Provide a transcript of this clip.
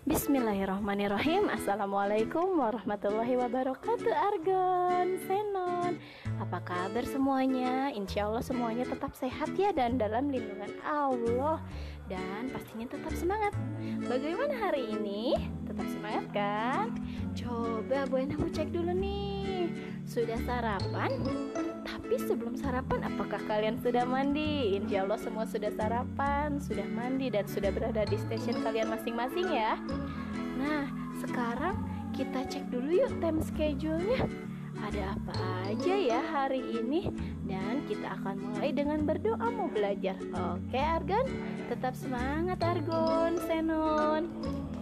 Bismillahirrahmanirrahim. Assalamualaikum warahmatullahi wabarakatuh. Argon, Senon, apa kabar semuanya? Insya Allah semuanya tetap sehat ya, dan dalam lindungan Allah. Dan pastinya tetap semangat. Bagaimana hari ini? Tetap semangat kan? Coba Bu Endang cek dulu nih. Sudah sarapan? Tapi sebelum sarapan, apakah kalian sudah mandi? Insya Allah semua sudah sarapan, sudah mandi, dan sudah berada di stasiun kalian masing-masing ya. Nah, sekarang kita cek dulu yuk time schedule-nya. Ada apa aja ya hari ini? Dan kita akan mulai dengan berdoa mau belajar. Oke Argon, tetap semangat Argon, Senon.